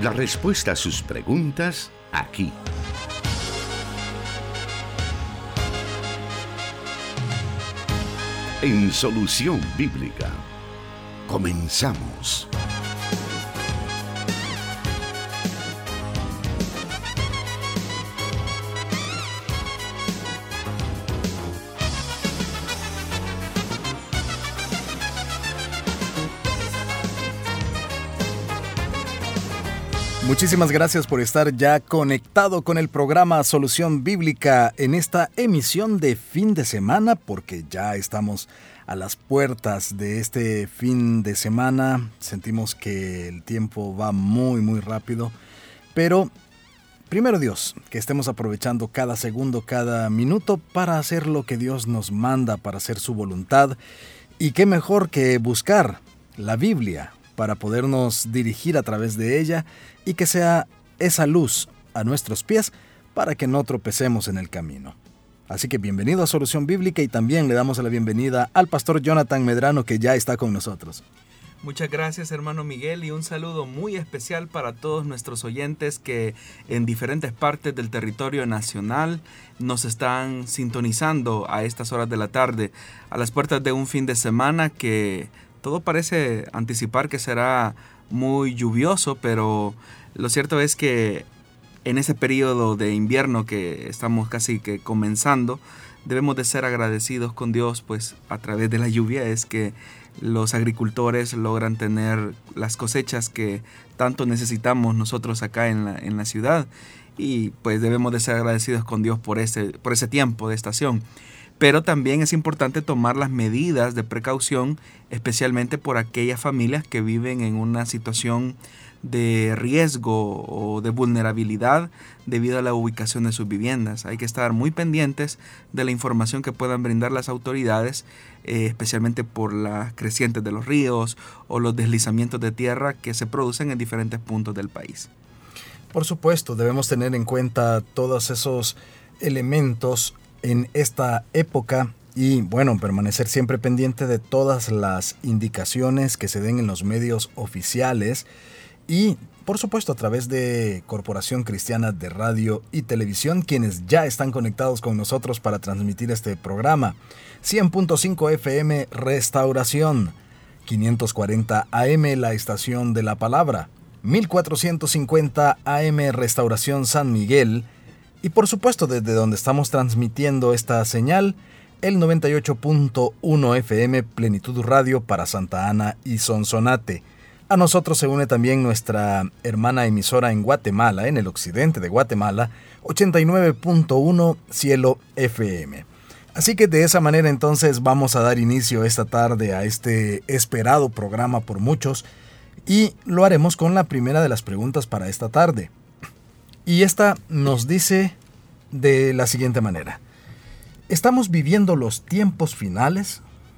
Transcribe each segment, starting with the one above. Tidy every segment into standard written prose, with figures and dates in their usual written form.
La respuesta a sus preguntas aquí. En Solución Bíblica. Comenzamos. Muchísimas gracias por estar ya conectado con el programa Solución Bíblica en esta emisión de fin de semana, porque ya estamos a las puertas de este fin de semana. Sentimos que el tiempo va muy rápido, pero primero Dios, que estemos aprovechando cada segundo, cada minuto para hacer lo que Dios nos manda, para hacer su voluntad. Y qué mejor que buscar la Biblia para podernos dirigir a través de ella y que sea esa luz a nuestros pies para que no tropecemos en el camino. Así que bienvenido a Solución Bíblica y también le damos la bienvenida al pastor Jonathan Medrano, que ya está con nosotros. Muchas gracias, hermano Miguel, y un saludo muy especial para todos nuestros oyentes que en diferentes partes del territorio nacional nos están sintonizando a estas horas de la tarde, a las puertas de un fin de semana que todo parece anticipar que será muy lluvioso, pero lo cierto es que en ese periodo de invierno que estamos casi que comenzando, debemos de ser agradecidos con Dios, pues a través de la lluvia es que los agricultores logran tener las cosechas que tanto necesitamos nosotros acá en la ciudad, y pues debemos de ser agradecidos con Dios por ese tiempo de estación. Pero también es importante tomar las medidas de precaución, especialmente por aquellas familias que viven en una situación de riesgo o de vulnerabilidad debido a la ubicación de sus viviendas. Hay que estar muy pendientes de la información que puedan brindar las autoridades, especialmente por las crecientes de los ríos o los deslizamientos de tierra que se producen en diferentes puntos del país. Por supuesto, debemos tener en cuenta todos esos elementos en esta época y, bueno, permanecer siempre pendiente de todas las indicaciones que se den en los medios oficiales y, por supuesto, a través de Corporación Cristiana de Radio y Televisión, quienes ya están conectados con nosotros para transmitir este programa. 100.5 FM Restauración, 540 AM La Estación de la Palabra, 1450 AM Restauración San Miguel, y por supuesto desde donde estamos transmitiendo esta señal, el 98.1 FM Plenitud Radio para Santa Ana y Sonsonate. A nosotros se une también nuestra hermana emisora en Guatemala, en el occidente de Guatemala, 89.1 Cielo FM. Así que de esa manera entonces vamos a dar inicio esta tarde a este esperado programa por muchos, y lo haremos con la primera de las preguntas para esta tarde. Y esta nos dice de la siguiente manera: ¿estamos viviendo los tiempos finales?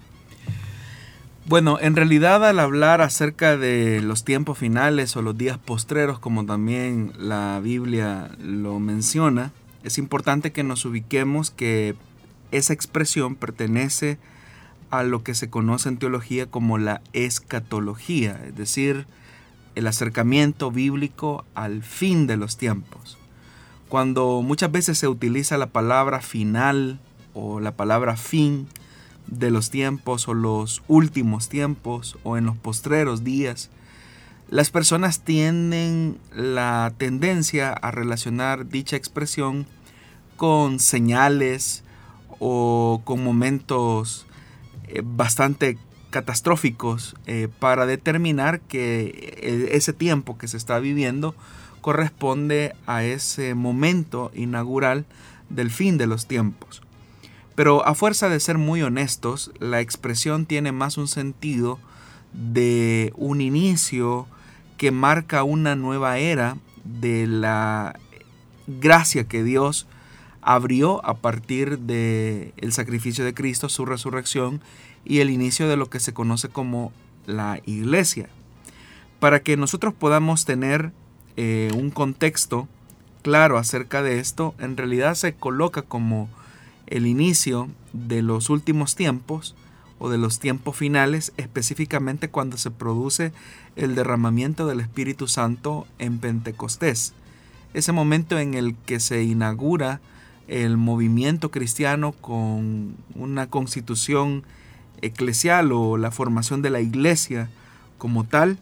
Bueno, en realidad al hablar acerca de los tiempos finales o los días postreros, como también la Biblia lo menciona, es importante que nos ubiquemos que esa expresión pertenece a lo que se conoce en teología como la escatología, es decir, el acercamiento bíblico al fin de los tiempos. Cuando muchas veces se utiliza la palabra final o la palabra fin de los tiempos o los últimos tiempos o en los postreros días, las personas tienen la tendencia a relacionar dicha expresión con señales o con momentos bastante catastróficos para determinar que ese tiempo que se está viviendo corresponde a ese momento inaugural del fin de los tiempos. Pero a fuerza de ser muy honestos, la expresión tiene más un sentido de un inicio que marca una nueva era de la gracia que Dios abrió a partir del sacrificio de Cristo, su resurrección y el inicio de lo que se conoce como la iglesia. Para que nosotros podamos tener un contexto claro acerca de esto, en realidad se coloca como el inicio de los últimos tiempos o de los tiempos finales, específicamente cuando se produce el derramamiento del Espíritu Santo en Pentecostés. Ese momento en el que se inaugura el movimiento cristiano con una constitución eclesial o la formación de la iglesia como tal,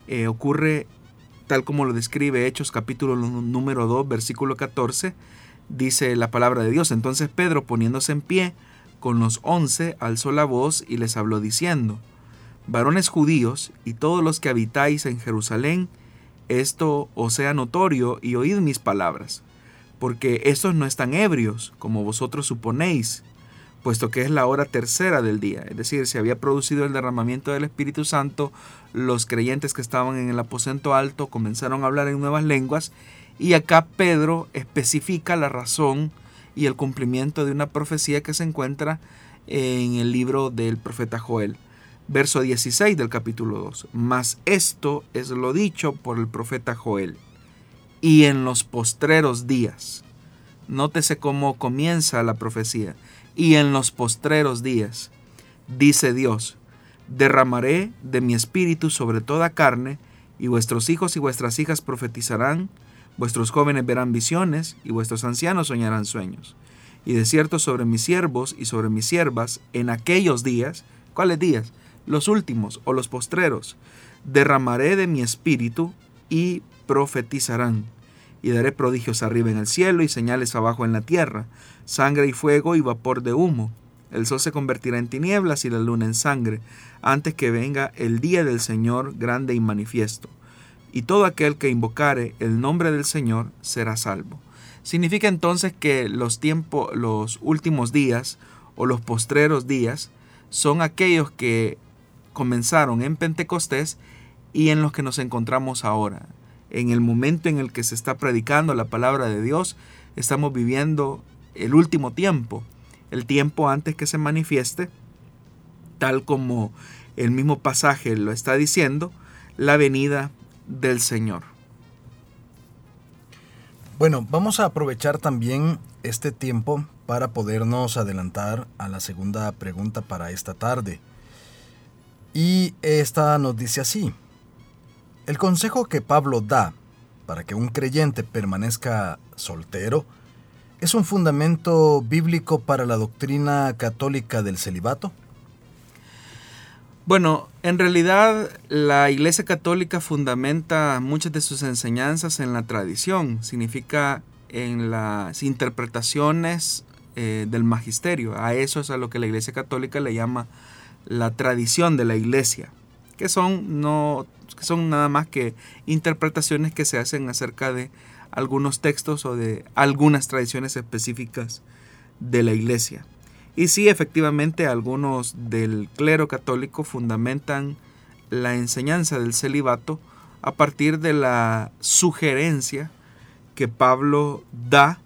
ocurre tal como lo describe Hechos capítulo número 2, versículo 14, dice la palabra de Dios. Entonces Pedro, poniéndose en pie con los 11, alzó la voz y les habló diciendo: varones judíos y todos los que habitáis en Jerusalén, esto os sea notorio y oíd mis palabras, porque estos no están ebrios, como vosotros suponéis, puesto que es la hora tercera del día. Es decir, se había producido el derramamiento del Espíritu Santo, los creyentes que estaban en el aposento alto comenzaron a hablar en nuevas lenguas, y acá Pedro especifica la razón y el cumplimiento de una profecía que se encuentra en el libro del profeta Joel. Verso 16 del capítulo 2. Mas esto es lo dicho por el profeta Joel. Y en los postreros días. Nótese cómo comienza la profecía. Y en los postreros días, dice Dios, derramaré de mi espíritu sobre toda carne, y vuestros hijos y vuestras hijas profetizarán, vuestros jóvenes verán visiones, y vuestros ancianos soñarán sueños. Y de cierto sobre mis siervos y sobre mis siervas, en aquellos días, ¿cuáles días? Los últimos o los postreros, derramaré de mi espíritu y profetizarán. Y daré prodigios arriba en el cielo y señales abajo en la tierra, sangre y fuego y vapor de humo. El sol se convertirá en tinieblas y la luna en sangre, antes que venga el día del Señor grande y manifiesto. Y todo aquel que invocare el nombre del Señor será salvo. Significa entonces que los últimos días o los postreros días son aquellos que comenzaron en Pentecostés y en los que nos encontramos ahora. En el momento en el que se está predicando la palabra de Dios, estamos viviendo el último tiempo, el tiempo antes que se manifieste, tal como el mismo pasaje lo está diciendo, la venida del Señor. Bueno, vamos a aprovechar también este tiempo para podernos adelantar a la segunda pregunta para esta tarde. Y esta nos dice así: el consejo que Pablo da para que un creyente permanezca soltero ¿es un fundamento bíblico para la doctrina católica del celibato? Bueno, en realidad la Iglesia Católica fundamenta muchas de sus enseñanzas en la tradición, significa en las interpretaciones del magisterio. A eso es a lo que la Iglesia Católica le llama la tradición de la Iglesia, que son nada más que interpretaciones que se hacen acerca de algunos textos o de algunas tradiciones específicas de la Iglesia. Y sí, efectivamente, algunos del clero católico fundamentan la enseñanza del celibato a partir de la sugerencia que Pablo da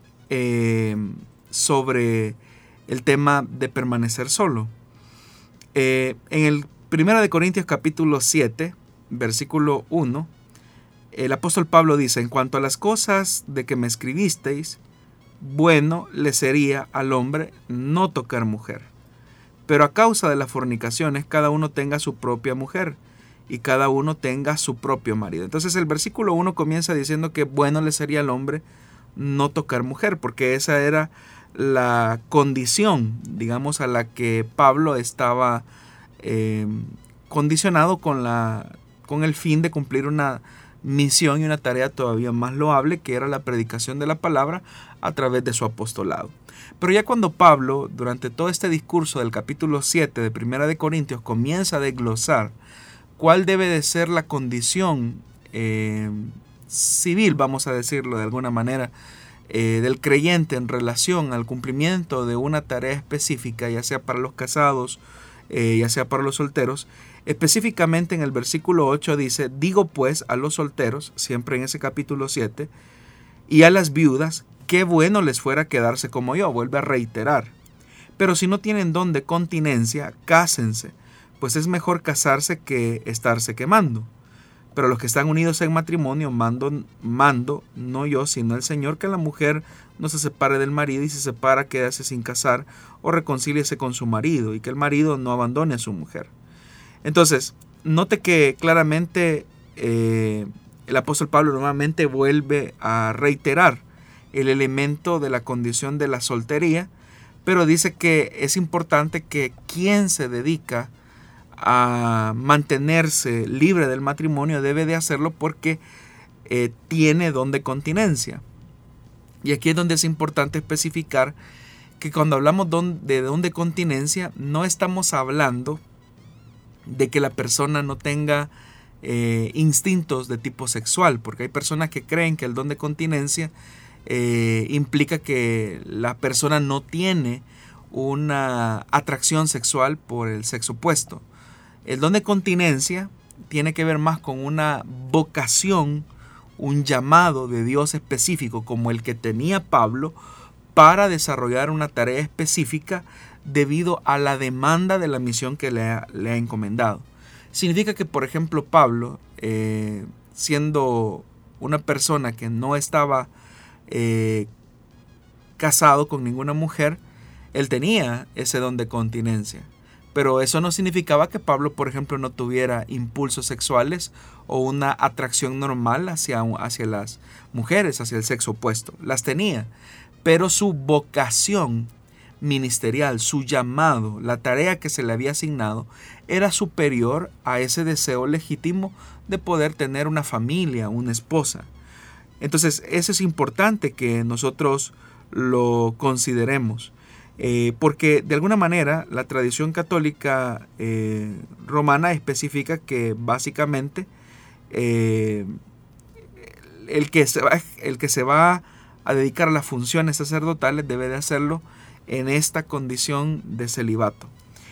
sobre el tema de permanecer solo. En el 1 Corintios capítulo 7, versículo 1, el apóstol Pablo dice: en cuanto a las cosas de que me escribisteis, bueno le sería al hombre no tocar mujer. Pero a causa de las fornicaciones, cada uno tenga su propia mujer y cada uno tenga su propio marido. Entonces el versículo 1 comienza diciendo que bueno le sería al hombre no tocar mujer, porque esa era la condición, digamos, a la que Pablo estaba condicionado con el fin de cumplir una misión y una tarea todavía más loable, que era la predicación de la palabra a través de su apostolado. Pero ya cuando Pablo, durante todo este discurso del capítulo 7 de 1 Corintios, comienza a desglosar cuál debe de ser la condición civil, vamos a decirlo de alguna manera, del creyente en relación al cumplimiento de una tarea específica, ya sea para los casados, ya sea para los solteros, específicamente en el versículo 8 dice: digo pues a los solteros, siempre en ese capítulo 7, y a las viudas, qué bueno les fuera quedarse como yo. Vuelve a reiterar: pero si no tienen don de continencia, cásense, pues es mejor casarse que estarse quemando. Pero los que están unidos en matrimonio mando no yo, sino el Señor, que la mujer no se separe del marido, y si se separa, quédase sin casar o reconcíliese con su marido, y que el marido no abandone a su mujer. Entonces, note que claramente el apóstol Pablo nuevamente vuelve a reiterar el elemento de la condición de la soltería, pero dice que es importante que quien se dedica a mantenerse libre del matrimonio debe de hacerlo porque tiene don de continencia. Y aquí es donde es importante especificar que cuando hablamos de don de continencia, no estamos hablando de que la persona no tenga instintos de tipo sexual, porque hay personas que creen que el don de continencia implica que la persona no tiene una atracción sexual por el sexo opuesto. El don de continencia tiene que ver más con una vocación, un llamado de Dios específico, como el que tenía Pablo, para desarrollar una tarea específica debido a la demanda de la misión que le ha encomendado. Significa que, por ejemplo, Pablo, siendo una persona que no estaba casado con ninguna mujer, él tenía ese don de continencia. Pero eso no significaba que Pablo, por ejemplo, no tuviera impulsos sexuales o una atracción normal hacia las mujeres, hacia el sexo opuesto. Las tenía, pero su vocación ministerial, su llamado, la tarea que se le había asignado, era superior a ese deseo legítimo de poder tener una familia, una esposa. Entonces, eso es importante que nosotros lo consideremos. Porque de alguna manera la tradición católica romana especifica que básicamente el que se va a dedicar a las funciones sacerdotales debe de hacerlo en esta condición de celibato.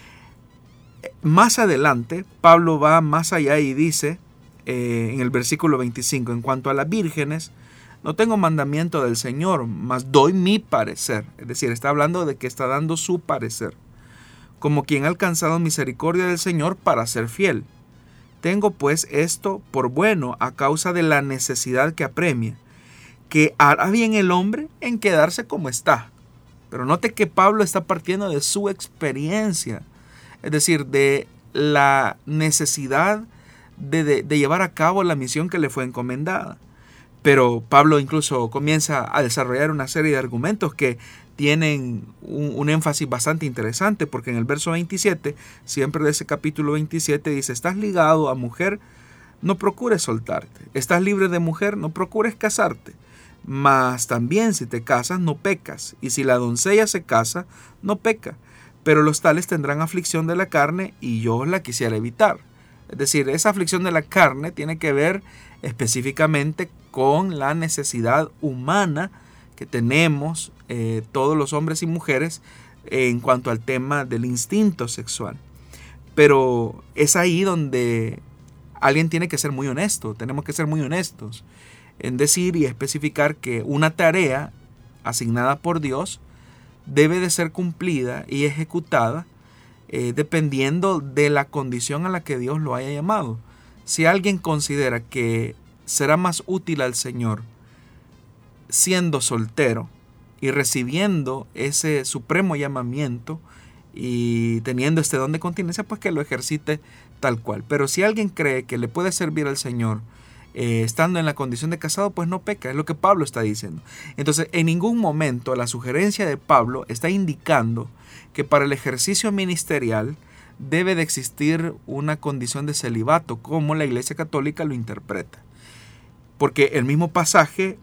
Más adelante Pablo va más allá y dice en el versículo 25: en cuanto a las vírgenes, no tengo mandamiento del Señor, mas doy mi parecer. Es decir, está hablando de que está dando su parecer, como quien ha alcanzado misericordia del Señor para ser fiel. Tengo pues esto por bueno a causa de la necesidad que apremia, que hará bien el hombre en quedarse como está. Pero note que Pablo está partiendo de su experiencia, es decir, de la necesidad de llevar a cabo la misión que le fue encomendada. Pero Pablo incluso comienza a desarrollar una serie de argumentos que tienen un énfasis bastante interesante, porque en el verso 27, siempre de ese capítulo 27, dice: estás ligado a mujer, no procures soltarte. Estás libre de mujer, no procures casarte. Mas también si te casas, no pecas. Y si la doncella se casa, no peca. Pero los tales tendrán aflicción de la carne, y yo la quisiera evitar. Es decir, esa aflicción de la carne tiene que ver específicamente con la necesidad humana que tenemos todos los hombres y mujeres en cuanto al tema del instinto sexual. Pero es ahí donde alguien tiene que ser muy honesto, tenemos que ser muy honestos en decir y especificar que una tarea asignada por Dios debe de ser cumplida y ejecutada dependiendo de la condición a la que Dios lo haya llamado. Si alguien considera que será más útil al Señor siendo soltero y recibiendo ese supremo llamamiento y teniendo este don de continencia, pues que lo ejercite tal cual. Pero si alguien cree que le puede servir al Señor estando en la condición de casado, pues no peca, es lo que Pablo está diciendo. Entonces, en ningún momento la sugerencia de Pablo está indicando que para el ejercicio ministerial debe de existir una condición de celibato, como la Iglesia Católica lo interpreta. Porque el mismo pasaje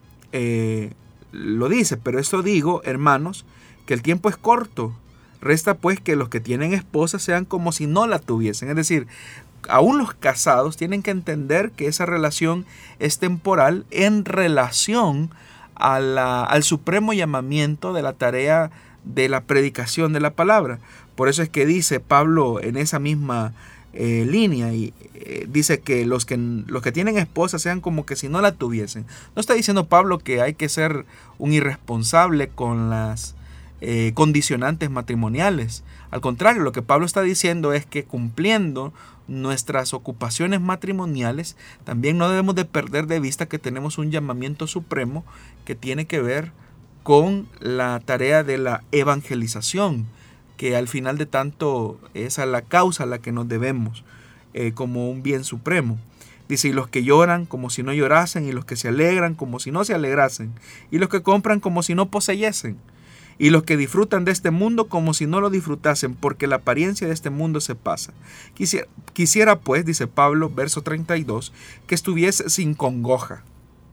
lo dice: pero esto digo, hermanos, que el tiempo es corto. Resta pues que los que tienen esposa sean como si no la tuviesen. Es decir, aún los casados tienen que entender que esa relación es temporal en relación al supremo llamamiento de la tarea de la predicación de la palabra. Por eso es que dice Pablo en esa misma línea y dice que los que tienen esposa sean como que si no la tuviesen. No está diciendo Pablo que hay que ser un irresponsable con las condicionantes matrimoniales. Al contrario, lo que Pablo está diciendo es que cumpliendo nuestras ocupaciones matrimoniales, también no debemos de perder de vista que tenemos un llamamiento supremo que tiene que ver con la tarea de la evangelización, que al final de tanto es a la causa a la que nos debemos como un bien supremo. Dice, y los que lloran como si no llorasen, y los que se alegran como si no se alegrasen, y los que compran como si no poseyesen, y los que disfrutan de este mundo como si no lo disfrutasen, porque la apariencia de este mundo se pasa. Quisiera pues, dice Pablo, verso 32, que estuviese sin congoja.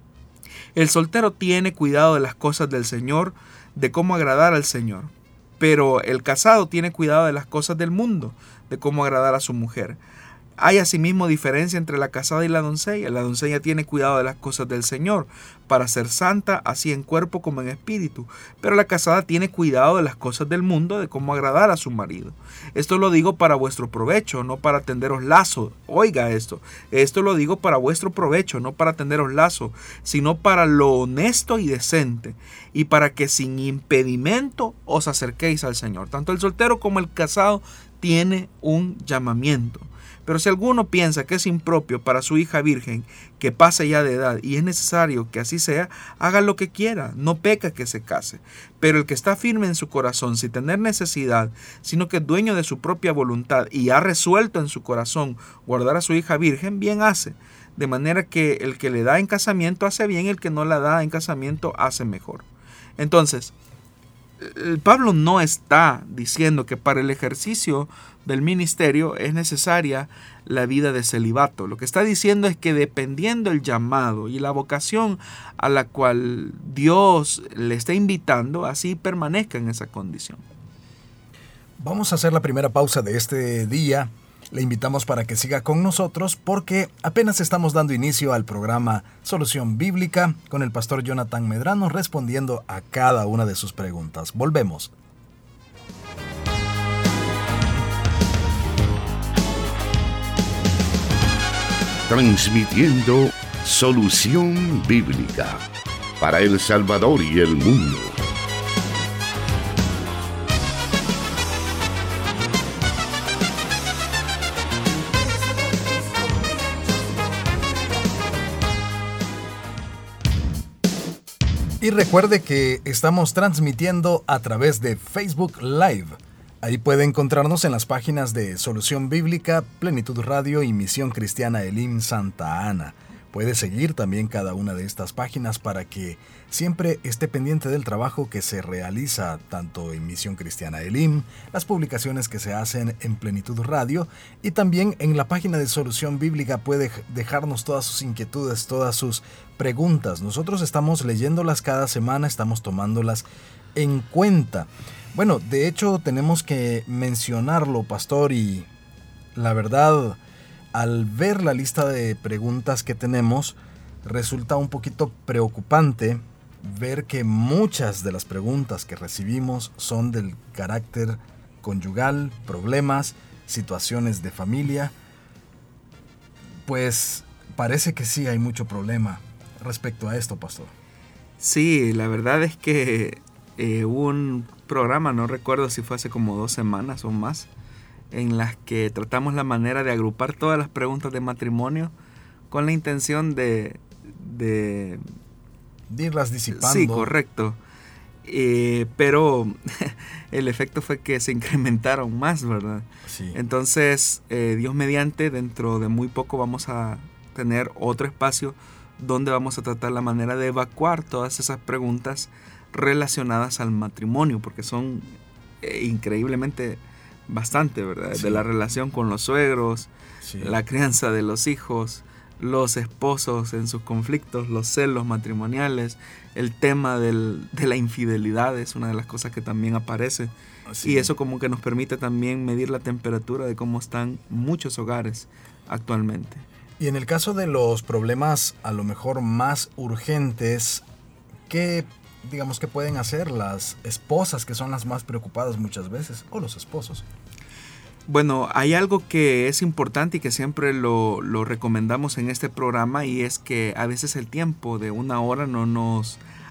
El soltero tiene cuidado de las cosas del Señor, de cómo agradar al Señor, pero el casado tiene cuidado de las cosas del mundo, de cómo agradar a su mujer. Hay asimismo diferencia entre la casada y la doncella. La doncella tiene cuidado de las cosas del Señor, para ser santa, así en cuerpo como en espíritu. Pero la casada tiene cuidado de las cosas del mundo, de cómo agradar a su marido. Esto lo digo para vuestro provecho, no para tenderos lazo. Oiga esto. Esto lo digo para vuestro provecho, no para tenderos lazo, sino para lo honesto y decente, y para que sin impedimento os acerquéis al Señor. Tanto el soltero como el casado tiene un llamamiento. Pero si alguno piensa que es impropio para su hija virgen que pase ya de edad y es necesario que así sea, haga lo que quiera, no peca que se case. Pero el que está firme en su corazón sin tener necesidad, sino que es dueño de su propia voluntad y ha resuelto en su corazón guardar a su hija virgen, bien hace. De manera que el que le da en casamiento hace bien, el que no la da en casamiento hace mejor. Entonces, Pablo no está diciendo que para el ejercicio del ministerio es necesaria la vida de celibato. Lo que está diciendo es que dependiendo el llamado y la vocación a la cual Dios le está invitando, así permanezca en esa condición. Vamos a hacer la primera pausa de este día. Le invitamos para que siga con nosotros porque apenas estamos dando inicio al programa Solución Bíblica con el pastor Jonathan Medrano respondiendo a cada una de sus preguntas. Volvemos. Transmitiendo Solución Bíblica para El Salvador y el mundo. Y recuerde que estamos transmitiendo a través de Facebook Live. Ahí puede encontrarnos en las páginas de Solución Bíblica, Plenitud Radio y Misión Cristiana Elim Santa Ana. Puede seguir también cada una de estas páginas para que siempre esté pendiente del trabajo que se realiza tanto en Misión Cristiana Elim, las publicaciones que se hacen en Plenitud Radio y también en la página de Solución Bíblica puede dejarnos todas sus inquietudes, todas sus preguntas. Nosotros estamos leyéndolas cada semana, estamos tomándolas en cuenta. Bueno, de hecho tenemos que mencionarlo, pastor, y la verdad, al ver la lista de preguntas que tenemos, resulta un poquito preocupante ver que muchas de las preguntas que recibimos son del carácter conyugal, problemas, situaciones de familia. Pues parece que sí hay mucho problema respecto a esto, pastor. Sí, la verdad es que hubo un programa, no recuerdo si fue hace como 2 semanas o más, en las que tratamos la manera de agrupar todas las preguntas de matrimonio con la intención de irlas disipando. Sí, correcto. Pero el efecto fue que se incrementaron más, ¿verdad? Sí. Entonces, Dios mediante, dentro de muy poco vamos a tener otro espacio donde vamos a tratar la manera de evacuar todas esas preguntas relacionadas al matrimonio, porque son increíblemente bastante, ¿verdad? Sí. De la relación con los suegros, sí, la crianza de los hijos, los esposos en sus conflictos, los celos matrimoniales, el tema de la infidelidad es una de las cosas que también aparece. Sí. Y eso como que nos permite también medir la temperatura de cómo están muchos hogares actualmente. Y en el caso de los problemas a lo mejor más urgentes, ¿qué digamos que pueden hacer las esposas, que son las más preocupadas muchas veces, o los esposos? Bueno, hay algo que es importante y que siempre lo recomendamos en este programa, y es que a veces el tiempo de 1 hora no nos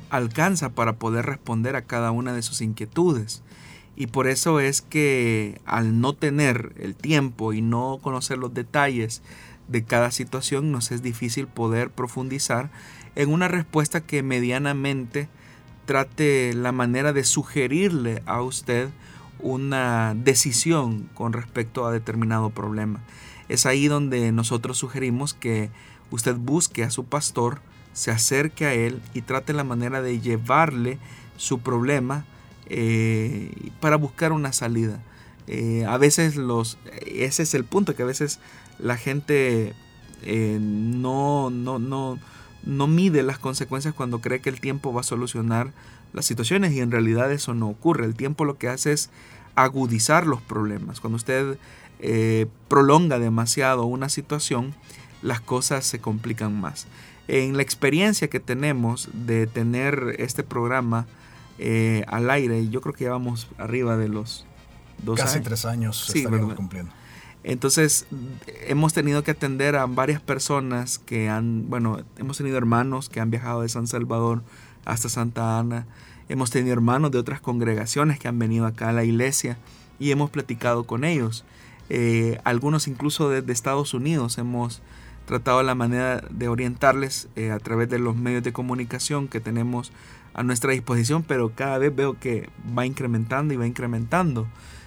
alcanza para poder responder a cada una de sus inquietudes. Y por eso es que al no tener el tiempo y no conocer los detalles de cada situación, nos es difícil poder profundizar en una respuesta que medianamente trate la manera de sugerirle a usted una decisión con respecto a determinado problema. Es ahí donde nosotros sugerimos que usted busque a su pastor, se acerque a él y trate la manera de llevarle su problema para buscar una salida. A veces ese es el punto, que a veces la gente no mide las consecuencias cuando cree que el tiempo va a solucionar las situaciones, y en realidad eso no ocurre. El tiempo lo que hace es agudizar los problemas. Cuando usted prolonga demasiado una situación, las cosas se complican más. En la experiencia que tenemos de tener este programa al aire, yo creo que llevamos arriba de los 2 años. Casi 3 años Sí, estaríamos ¿verdad? cumpliendo. Entonces hemos tenido que atender a varias personas que hemos tenido hermanos que han viajado de San Salvador hasta Santa Ana. Hemos tenido hermanos de otras congregaciones que han venido acá a la iglesia y hemos platicado con ellos. Algunos incluso desde Estados Unidos hemos tratado la manera de orientarles a través de los medios de comunicación que tenemos a nuestra disposición, pero cada vez veo que va incrementando y va incrementando,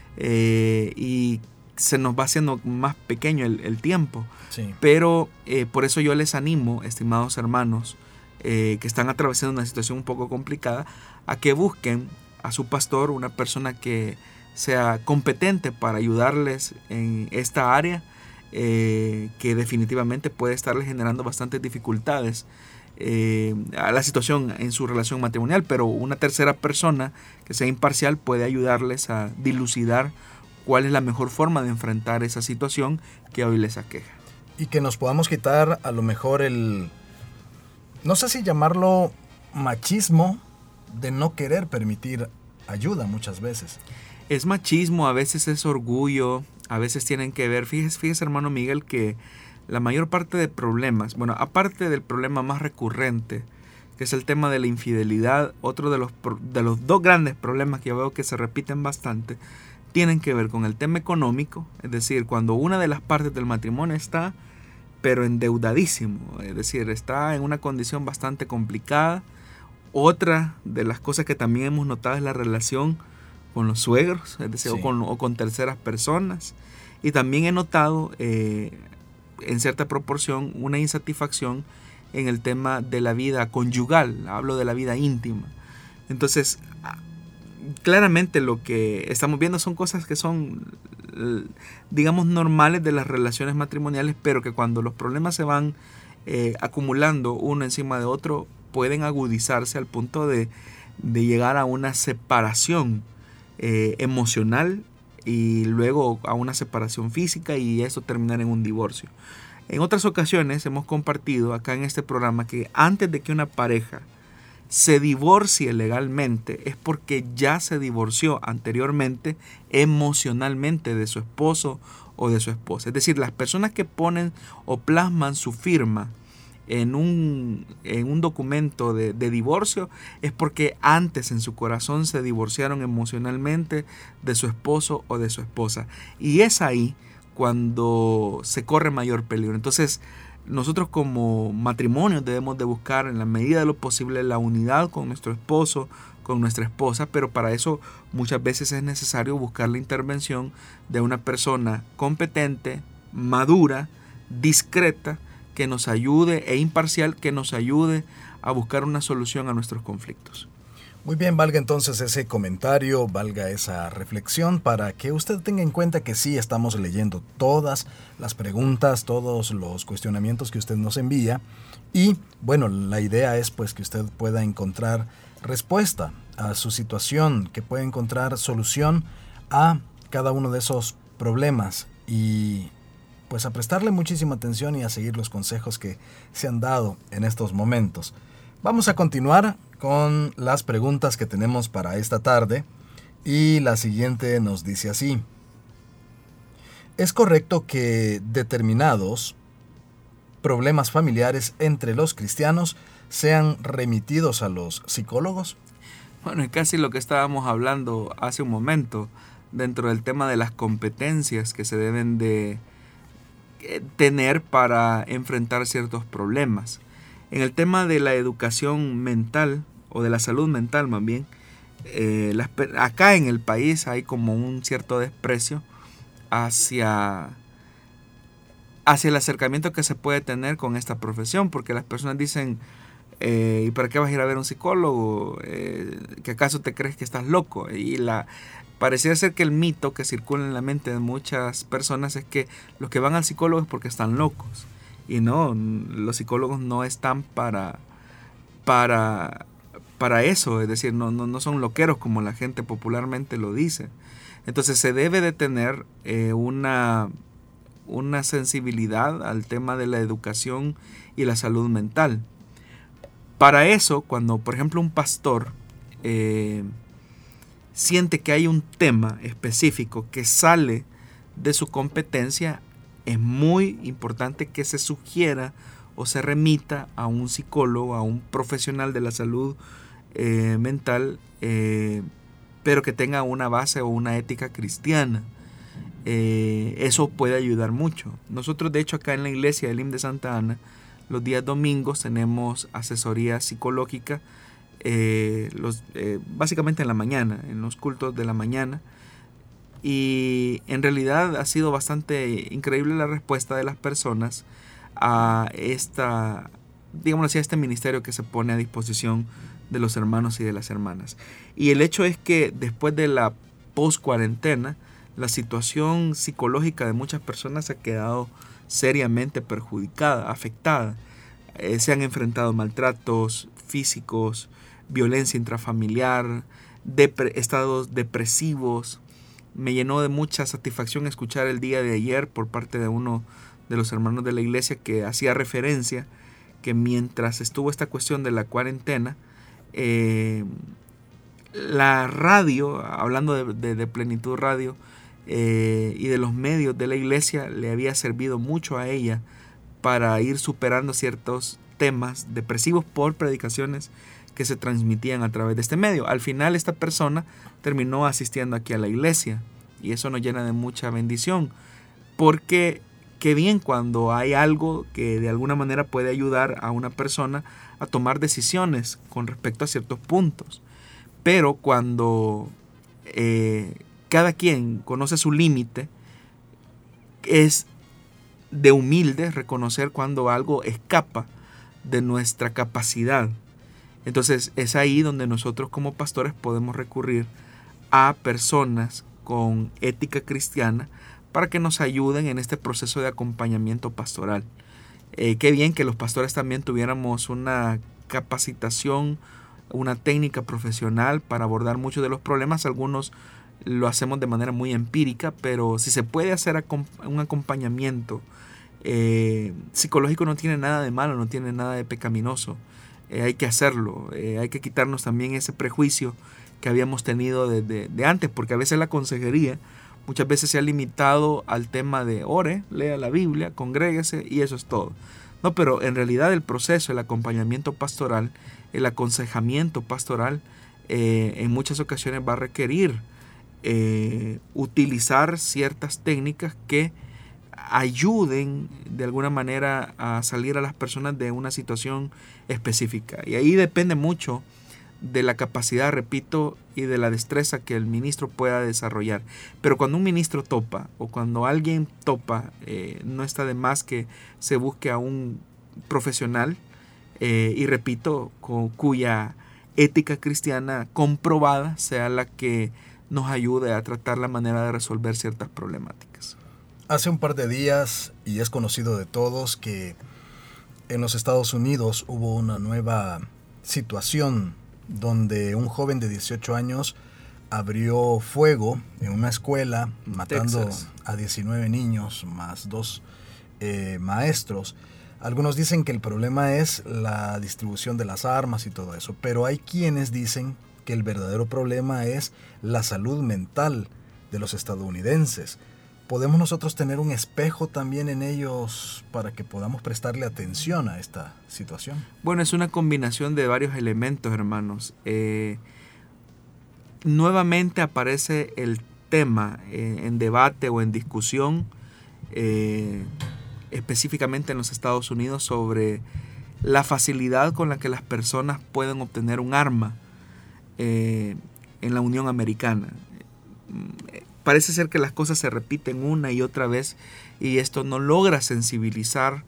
y se nos va haciendo más pequeño el tiempo. Sí. Pero por eso yo les animo, estimados hermanos, que están atravesando una situación un poco complicada, a que busquen a su pastor, una persona que sea competente para ayudarles en esta área, que definitivamente puede estarles generando bastantes dificultades a la situación en su relación matrimonial, pero una tercera persona que sea imparcial puede ayudarles a dilucidar cuál es la mejor forma de enfrentar esa situación que hoy les aqueja. Y que nos podamos quitar a lo mejor no sé si llamarlo machismo, de no querer permitir ayuda muchas veces. Es machismo, a veces es orgullo, a veces tienen que ver, fíjese hermano Miguel, que la mayor parte de problemas, aparte del problema más recurrente, que es el tema de la infidelidad, otro de los 2 grandes problemas que yo veo que se repiten bastante, tienen que ver con el tema económico, es decir, cuando una de las partes del matrimonio está, pero endeudadísimo, es decir, está en una condición bastante complicada. Otra de las cosas que también hemos notado es la relación con los suegros, es decir, Sí. o con terceras personas. Y también he notado en cierta proporción una insatisfacción en el tema de la vida conyugal, hablo de la vida íntima. Entonces, claramente lo que estamos viendo son cosas que son, digamos, normales de las relaciones matrimoniales, pero que cuando los problemas se van acumulando uno encima de otro, pueden agudizarse al punto de llegar a una separación emocional y luego a una separación física, y eso terminar en un divorcio. En otras ocasiones hemos compartido acá en este programa que antes de que una pareja se divorcie legalmente es porque ya se divorció anteriormente emocionalmente de su esposo o de su esposa. Es decir, las personas que ponen o plasman su firma en un documento de divorcio es porque antes en su corazón se divorciaron emocionalmente de su esposo o de su esposa. Y es ahí cuando se corre mayor peligro. Entonces, nosotros como matrimonio debemos de buscar en la medida de lo posible la unidad con nuestro esposo, con nuestra esposa, pero para eso muchas veces es necesario buscar la intervención de una persona competente, madura, discreta, que nos ayude, e imparcial, que nos ayude a buscar una solución a nuestros conflictos. Muy bien, valga entonces ese comentario, valga esa reflexión, para que usted tenga en cuenta que sí estamos leyendo todas las preguntas, todos los cuestionamientos que usted nos envía, y bueno, la idea es pues que usted pueda encontrar respuesta a su situación, que pueda encontrar solución a cada uno de esos problemas, y pues a prestarle muchísima atención y a seguir los consejos que se han dado en estos momentos. Vamos a continuar con las preguntas que tenemos para esta tarde, y la siguiente nos dice así: ¿es correcto que determinados problemas familiares entre los cristianos sean remitidos a los psicólogos? Bueno, es casi lo que estábamos hablando hace un momento, dentro del tema de las competencias que se deben de tener para enfrentar ciertos problemas. En el tema de la educación mental, o de la salud mental más bien, acá en el país hay como un cierto desprecio hacia el acercamiento que se puede tener con esta profesión, porque las personas dicen, ¿y para qué vas a ir a ver a un psicólogo? ¿Que acaso te crees que estás loco? Pareciera ser que el mito que circula en la mente de muchas personas es que los que van al psicólogo es porque están locos. Y no, los psicólogos no están para eso, es decir, no son loqueros como la gente popularmente lo dice. Entonces se debe de tener una sensibilidad al tema de la educación y la salud mental. Para eso, cuando por ejemplo un pastor siente que hay un tema específico que sale de su competencia, es muy importante que se sugiera o se remita a un psicólogo, a un profesional de la salud mental, pero que tenga una base o una ética cristiana. Eso puede ayudar mucho. Nosotros, de hecho, acá en la iglesia del IM de Santa Ana, los días domingos tenemos asesoría psicológica, básicamente en la mañana, en los cultos de la mañana. Y en realidad ha sido bastante increíble la respuesta de las personas a este ministerio que se pone a disposición de los hermanos y de las hermanas. Y el hecho es que después de la post-cuarentena, la situación psicológica de muchas personas ha quedado seriamente perjudicada, afectada. Se han enfrentado maltratos físicos, violencia intrafamiliar, estados depresivos. Me llenó de mucha satisfacción escuchar el día de ayer por parte de uno de los hermanos de la iglesia que hacía referencia que mientras estuvo esta cuestión de la cuarentena, la radio, hablando de Plenitud Radio y de los medios de la iglesia, le había servido mucho a ella para ir superando ciertos temas depresivos por predicaciones que se transmitían a través de este medio. Al final esta persona terminó asistiendo aquí a la iglesia y eso nos llena de mucha bendición, porque qué bien cuando hay algo que de alguna manera puede ayudar a una persona a tomar decisiones con respecto a ciertos puntos. Pero cuando cada quien conoce su límite, es de humilde reconocer cuando algo escapa de nuestra capacidad. Entonces es ahí donde nosotros como pastores podemos recurrir a personas con ética cristiana para que nos ayuden en este proceso de acompañamiento pastoral. Qué bien que los pastores también tuviéramos una capacitación, una técnica profesional para abordar muchos de los problemas. Algunos lo hacemos de manera muy empírica, pero si se puede hacer un acompañamiento psicológico, no tiene nada de malo, no tiene nada de pecaminoso. Hay que hacerlo, hay que quitarnos también ese prejuicio que habíamos tenido de antes, porque a veces la consejería muchas veces se ha limitado al tema de ore, lea la Biblia, congréguese y eso es todo. No, pero en realidad el proceso, el acompañamiento pastoral, el aconsejamiento pastoral, en muchas ocasiones va a requerir utilizar ciertas técnicas que ayuden de alguna manera a salir a las personas de una situación específica. Y ahí depende mucho de la capacidad, repito, y de la destreza que el ministro pueda desarrollar. Pero cuando un ministro topa o cuando alguien topa, no está de más que se busque a un profesional, y repito, cuya ética cristiana comprobada sea la que nos ayude a tratar la manera de resolver ciertas problemáticas. Hace un par de días, y es conocido de todos, que en los Estados Unidos hubo una nueva situación donde un joven de 18 años abrió fuego en una escuela, matando a 19 niños más 2 maestros. Algunos dicen que el problema es la distribución de las armas y todo eso, pero hay quienes dicen que el verdadero problema es la salud mental de los estadounidenses. ¿podemos nosotros tener un espejo también en ellos para que podamos prestarle atención a esta situación? Bueno, es una combinación de varios elementos, hermanos. Nuevamente aparece el tema en debate o en discusión, específicamente en los Estados Unidos, sobre la facilidad con la que las personas pueden obtener un arma en la Unión Americana. Parece ser que las cosas se repiten una y otra vez y esto no logra sensibilizar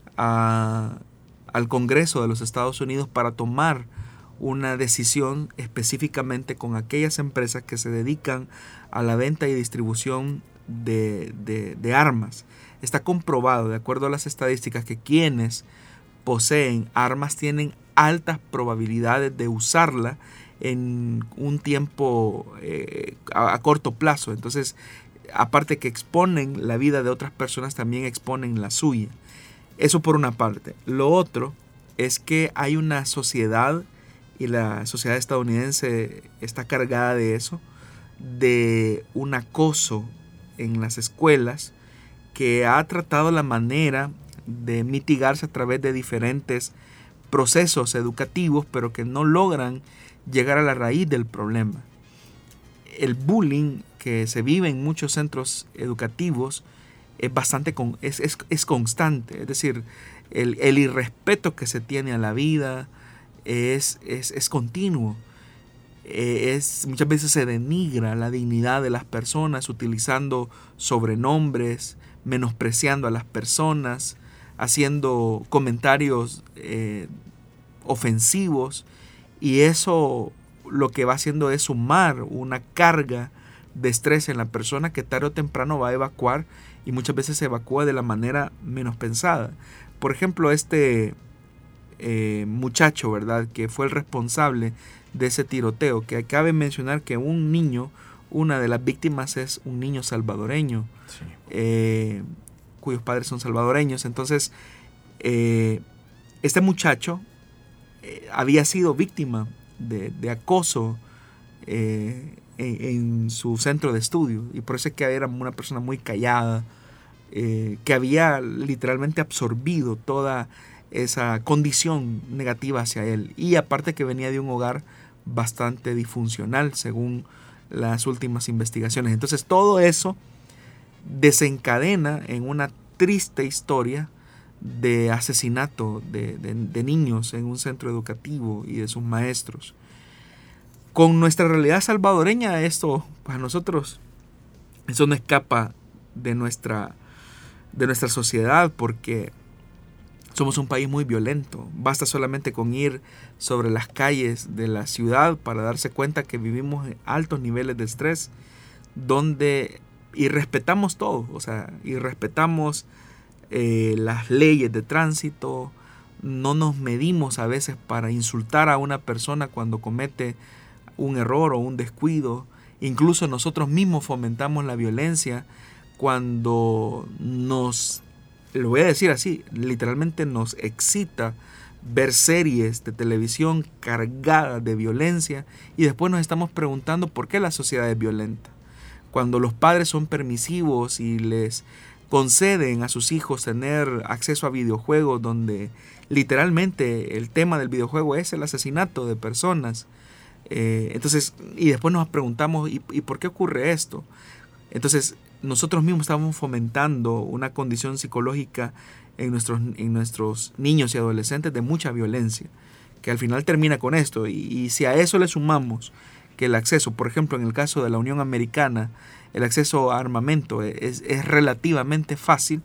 al Congreso de los Estados Unidos para tomar una decisión específicamente con aquellas empresas que se dedican a la venta y distribución de armas. Está comprobado, de acuerdo a las estadísticas, que quienes poseen armas tienen altas probabilidades de usarla en un tiempo a corto plazo. Entonces, aparte que exponen la vida de otras personas, también exponen la suya. Eso por una parte. Lo otro es que hay una sociedad, y la sociedad estadounidense está cargada de eso, de un acoso en las escuelas que ha tratado la manera de mitigarse a través de diferentes procesos educativos, pero que no logran llegar a la raíz del problema. El bullying que se vive en muchos centros educativos es bastante es constante. Es decir, el irrespeto que se tiene a la vida es continuo. Muchas veces se denigra la dignidad de las personas utilizando sobrenombres, menospreciando a las personas, haciendo comentarios ofensivos, y eso lo que va haciendo es sumar una carga de estrés en la persona que tarde o temprano va a evacuar, y muchas veces se evacúa de la manera menos pensada. Por ejemplo, este muchacho, ¿verdad?, que fue el responsable de ese tiroteo, que cabe mencionar que una de las víctimas es un niño salvadoreño, sí, cuyos padres son salvadoreños. Entonces, este muchacho había sido víctima de acoso en su centro de estudio, y por eso es que era una persona muy callada, que había literalmente absorbido toda esa condición negativa hacia él, y aparte que venía de un hogar bastante disfuncional según las últimas investigaciones. Entonces todo eso desencadena en una triste historia de asesinato de niños en un centro educativo y de sus maestros. Con nuestra realidad salvadoreña, esto para nosotros, eso no escapa de nuestra sociedad, porque somos un país muy violento. Basta solamente con ir sobre las calles de la ciudad para darse cuenta que vivimos en altos niveles de estrés, donde irrespetamos todo, irrespetamos las leyes de tránsito, no nos medimos a veces para insultar a una persona cuando comete un error o un descuido. Incluso nosotros mismos fomentamos la violencia cuando lo voy a decir así, literalmente nos excita ver series de televisión cargadas de violencia, y después nos estamos preguntando por qué la sociedad es violenta. Cuando los padres son permisivos y les conceden a sus hijos tener acceso a videojuegos donde literalmente el tema del videojuego es el asesinato de personas. Entonces, y después nos preguntamos, ¿y por qué ocurre esto? Entonces, nosotros mismos estamos fomentando una condición psicológica en nuestros niños y adolescentes de mucha violencia, que al final termina con esto. Y si a eso le sumamos que el acceso, por ejemplo, en el caso de la Unión Americana, el acceso a armamento es relativamente fácil,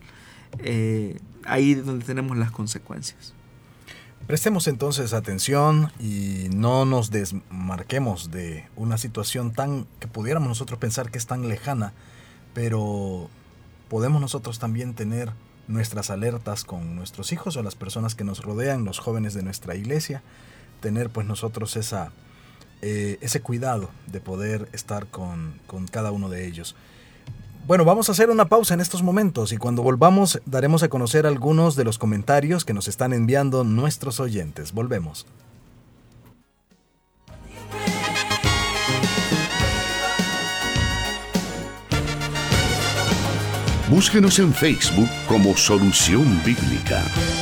ahí es donde tenemos las consecuencias. Prestemos entonces atención y no nos desmarquemos de una situación que pudiéramos nosotros pensar que es tan lejana, pero podemos nosotros también tener nuestras alertas con nuestros hijos o las personas que nos rodean, los jóvenes de nuestra iglesia, tener pues nosotros ese cuidado de poder estar con cada uno de ellos. Bueno, vamos a hacer una pausa en estos momentos y cuando volvamos daremos a conocer algunos de los comentarios que nos están enviando nuestros oyentes. Volvemos. Búsquenos en Facebook como Solución Bíblica.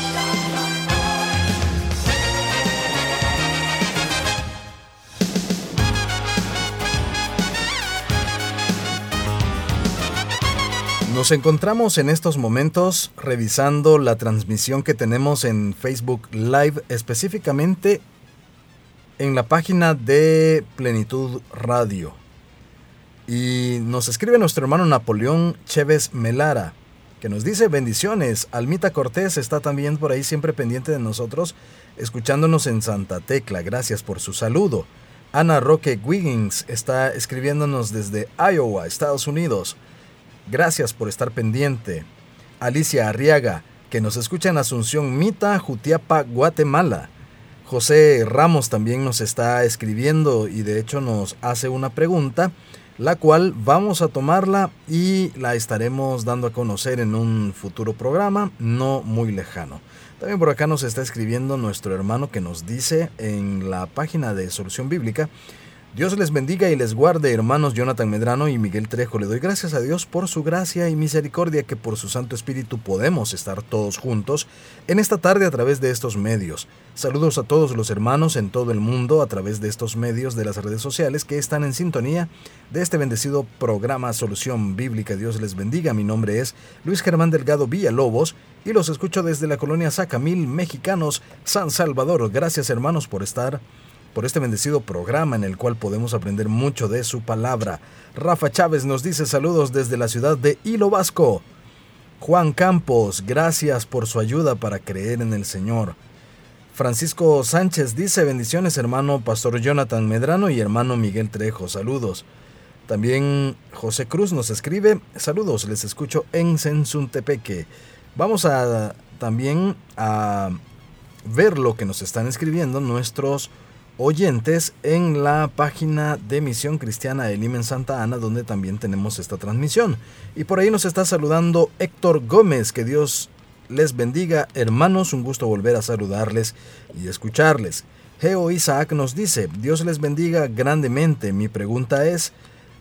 Nos encontramos en estos momentos revisando la transmisión que tenemos en Facebook Live, específicamente en la página de Plenitud Radio. Y nos escribe nuestro hermano Napoleón Chévez Melara, que nos dice: bendiciones. Almita Cortés está también por ahí, siempre pendiente de nosotros, escuchándonos en Santa Tecla. Gracias por su saludo. Ana Roque Wiggins está escribiéndonos desde Iowa, Estados Unidos. Gracias por estar pendiente. Alicia Arriaga, que nos escucha en Asunción Mita, Jutiapa, Guatemala. José Ramos también nos está escribiendo y de hecho nos hace una pregunta, la cual vamos a tomarla y la estaremos dando a conocer en un futuro programa no muy lejano. También por acá nos está escribiendo nuestro hermano, que nos dice en la página de Solución Bíblica: Dios les bendiga y les guarde, hermanos Jonathan Medrano y Miguel Trejo. Le doy gracias a Dios por su gracia y misericordia, que por su Santo Espíritu podemos estar todos juntos en esta tarde a través de estos medios. Saludos a todos los hermanos en todo el mundo a través de estos medios de las redes sociales que están en sintonía de este bendecido programa Solución Bíblica. Dios les bendiga. Mi nombre es Luis Germán Delgado Villalobos y los escucho desde la colonia Sacamil, Mexicanos, San Salvador. Gracias, hermanos, por estar por este bendecido programa en el cual podemos aprender mucho de su palabra. Rafa Chávez nos dice saludos desde la ciudad de Hilo Vasco. Juan Campos, gracias por su ayuda para creer en el Señor. Francisco Sánchez dice: bendiciones, hermano Pastor Jonathan Medrano y hermano Miguel Trejo, saludos. También José Cruz nos escribe: saludos, les escucho en Sensuntepeque. Vamos a también a ver lo que nos están escribiendo nuestros oyentes en la página de Misión Cristiana Elim en Santa Ana, donde también tenemos esta transmisión. Y por ahí nos está saludando Héctor Gómez. Que Dios les bendiga, hermanos, un gusto volver a saludarles y escucharles. Geo Isaac nos dice: Dios les bendiga grandemente. Mi pregunta es,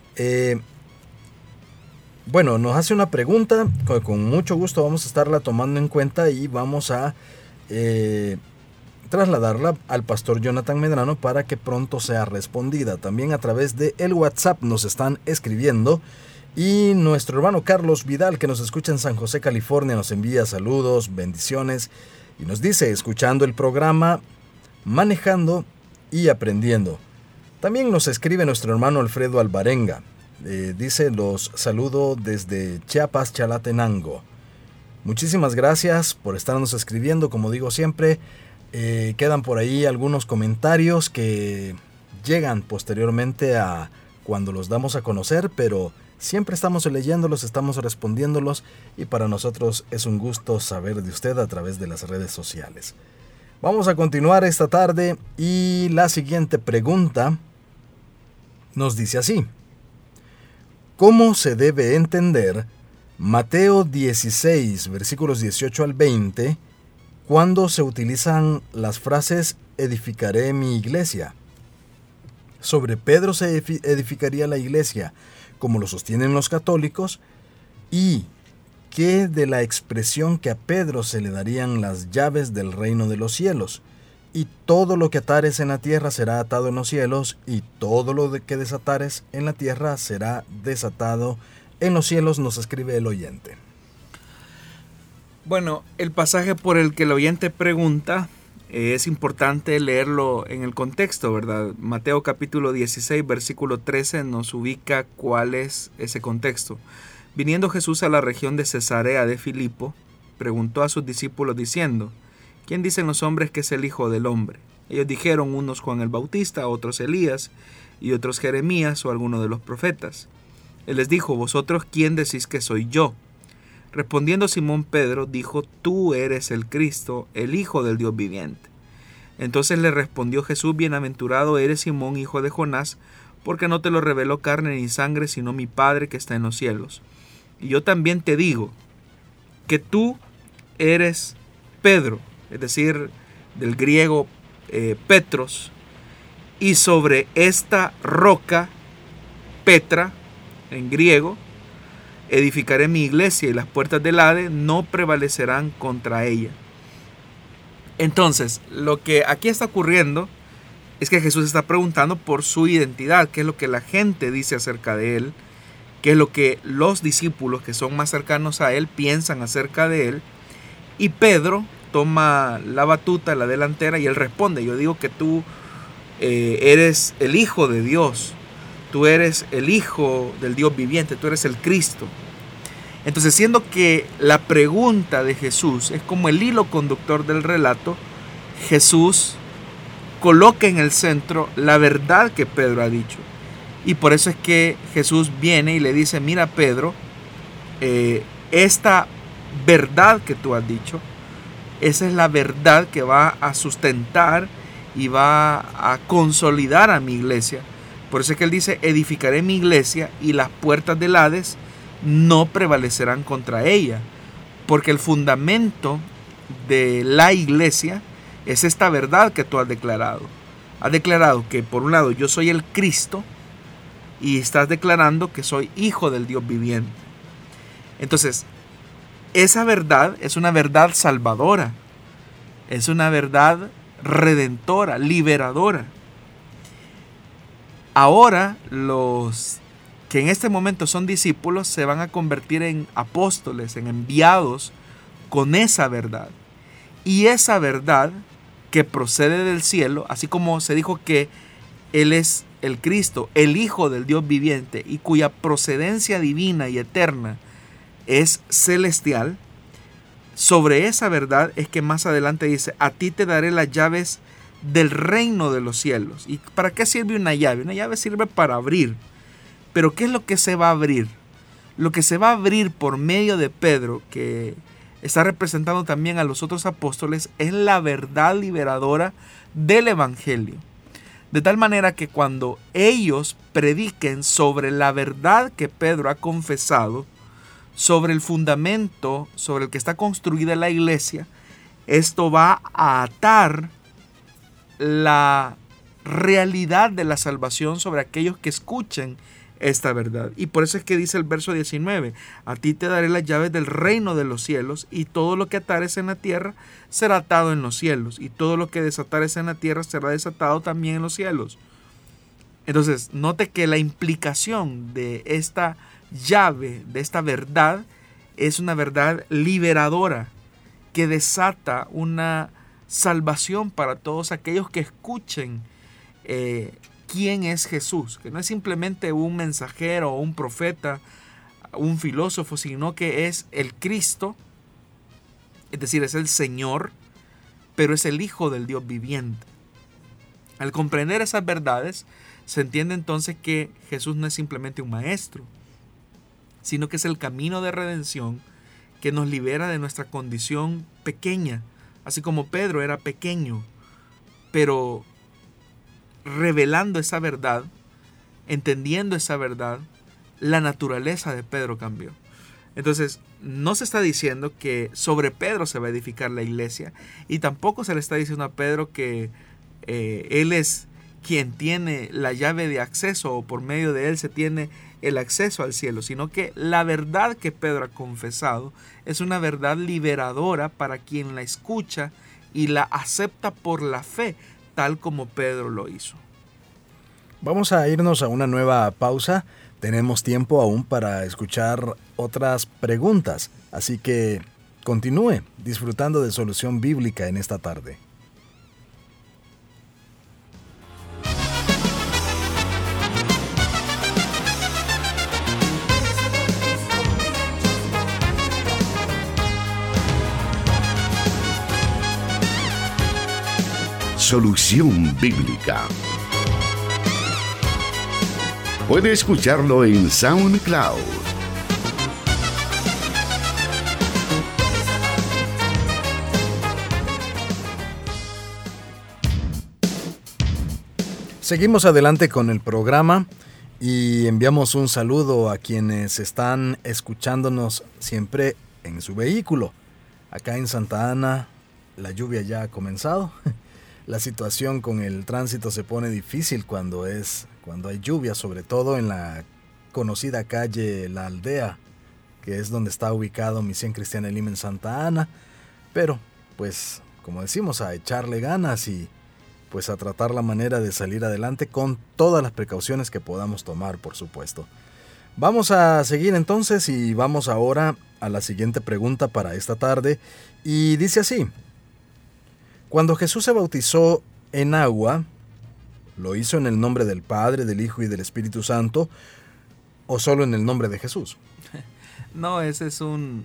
nos hace una pregunta, con mucho gusto vamos a estarla tomando en cuenta y vamos a trasladarla al pastor Jonathan Medrano para que pronto sea respondida. También a través de el WhatsApp nos están escribiendo y nuestro hermano Carlos Vidal, que nos escucha en San José, California, nos envía saludos, bendiciones y nos dice: escuchando el programa, manejando y aprendiendo. También nos escribe nuestro hermano Alfredo Alvarenga. Dice: los saludo desde Chiapas, Chalatenango. Muchísimas gracias por estarnos escribiendo. Como digo siempre, quedan por ahí algunos comentarios que llegan posteriormente a cuando los damos a conocer, pero siempre estamos leyéndolos, estamos respondiéndolos y para nosotros es un gusto saber de usted a través de las redes sociales. Vamos a continuar esta tarde y la siguiente pregunta nos dice así: ¿cómo se debe entender Mateo 16, versículos 18 al 20, cuando se utilizan las frases edificaré mi iglesia? Sobre Pedro se edificaría la iglesia, como lo sostienen los católicos, y ¿qué de la expresión que a Pedro se le darían las llaves del reino de los cielos? Y todo lo que atares en la tierra será atado en los cielos, y todo lo que desatares en la tierra será desatado en los cielos, nos escribe el oyente. Bueno, el pasaje por el que el oyente pregunta es importante leerlo en el contexto, ¿verdad? Mateo capítulo 16, versículo 13 nos ubica cuál es ese contexto. Viniendo Jesús a la región de Cesarea de Filipo, preguntó a sus discípulos diciendo: ¿quién dicen los hombres que es el Hijo del Hombre? Ellos dijeron: unos Juan el Bautista, otros Elías, y otros Jeremías o alguno de los profetas. Él les dijo: ¿vosotros quién decís que soy yo? Respondiendo Simón Pedro, dijo: tú eres el Cristo, el Hijo del Dios viviente. Entonces le respondió Jesús: bienaventurado eres Simón, hijo de Jonás, porque no te lo reveló carne ni sangre, sino mi Padre que está en los cielos. Y yo también te digo que tú eres Pedro, es decir, del griego Petros, y sobre esta roca, Petra, en griego, edificaré mi iglesia y las puertas del Hades no prevalecerán contra ella. Entonces, lo que aquí está ocurriendo es que Jesús está preguntando por su identidad, qué es lo que la gente dice acerca de él, qué es lo que los discípulos que son más cercanos a él piensan acerca de él. Y Pedro toma la batuta, la delantera, y él responde: yo digo que tú eres el Hijo de Dios, tú eres el Hijo del Dios viviente, tú eres el Cristo. Entonces, siendo que la pregunta de Jesús es como el hilo conductor del relato, Jesús coloca en el centro la verdad que Pedro ha dicho. Y por eso es que Jesús viene y le dice: mira, Pedro, esta verdad que tú has dicho, esa es la verdad que va a sustentar y va a consolidar a mi iglesia. Por eso es que él dice: edificaré mi iglesia y las puertas del Hades no prevalecerán contra ella. Porque el fundamento de la iglesia es esta verdad que tú has declarado. Has declarado que por un lado yo soy el Cristo y estás declarando que soy hijo del Dios viviente. Entonces, esa verdad es una verdad salvadora, es una verdad redentora, liberadora. Ahora los que en este momento son discípulos se van a convertir en apóstoles, en enviados con esa verdad. Y esa verdad que procede del cielo, así como se dijo que Él es el Cristo, el Hijo del Dios viviente, y cuya procedencia divina y eterna es celestial, sobre esa verdad es que más adelante dice: a ti te daré las llaves del reino de los cielos. ¿Y para qué sirve una llave? Una llave sirve para abrir. Pero ¿qué es lo que se va a abrir? Lo que se va a abrir por medio de Pedro, que está representando también a los otros apóstoles, es la verdad liberadora del Evangelio. De tal manera que cuando ellos prediquen sobre la verdad que Pedro ha confesado, sobre el fundamento sobre el que está construida la iglesia, esto va a atar la realidad de la salvación sobre aquellos que escuchen esta verdad. Y por eso es que dice el verso 19: a ti te daré las llaves del reino de los cielos, y todo lo que atares en la tierra será atado en los cielos, y todo lo que desatares en la tierra será desatado también en los cielos. Entonces, note que la implicación de esta llave, de esta verdad, es una verdad liberadora que desata una salvación para todos aquellos que escuchen quién es Jesús, que no es simplemente un mensajero o un profeta, un filósofo, sino que es el Cristo, es decir, es el Señor, pero es el Hijo del Dios viviente. Al comprender esas verdades, se entiende entonces que Jesús no es simplemente un maestro, sino que es el camino de redención que nos libera de nuestra condición pequeña, así como Pedro era pequeño, pero revelando esa verdad, entendiendo esa verdad, la naturaleza de Pedro cambió. Entonces, no se está diciendo que sobre Pedro se va a edificar la iglesia, y tampoco se le está diciendo a Pedro que él es quien tiene la llave de acceso, o por medio de él se tiene el acceso al cielo, sino que la verdad que Pedro ha confesado es una verdad liberadora para quien la escucha y la acepta por la fe, tal como Pedro lo hizo. Vamos a irnos a una nueva pausa. Tenemos tiempo aún para escuchar otras preguntas, así que continúe disfrutando de Solución Bíblica en esta tarde. Solución Bíblica. Puede escucharlo en SoundCloud. Seguimos adelante con el programa y enviamos un saludo a quienes están escuchándonos siempre en su vehículo. Acá en Santa Ana la lluvia ya ha comenzado. La situación con el tránsito se pone difícil cuando hay lluvia, sobre todo en la conocida calle La Aldea, que es donde está ubicado Misión Cristiana Elim en Santa Ana, pero pues como decimos, a echarle ganas y pues a tratar la manera de salir adelante con todas las precauciones que podamos tomar, por supuesto. Vamos a seguir entonces y vamos ahora a la siguiente pregunta para esta tarde, y dice así: cuando Jesús se bautizó en agua, ¿lo hizo en el nombre del Padre, del Hijo y del Espíritu Santo, o solo en el nombre de Jesús? No, ese es un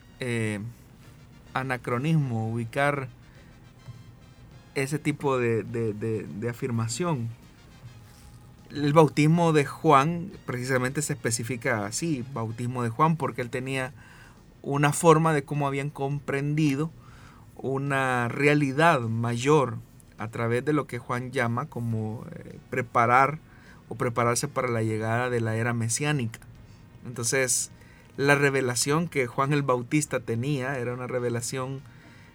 anacronismo, ubicar ese tipo de afirmación. El bautismo de Juan precisamente se especifica así, bautismo de Juan, porque él tenía una forma de cómo habían comprendido una realidad mayor a través de lo que Juan llama como preparar o prepararse para la llegada de la era mesiánica. Entonces, la revelación que Juan el Bautista tenía era una revelación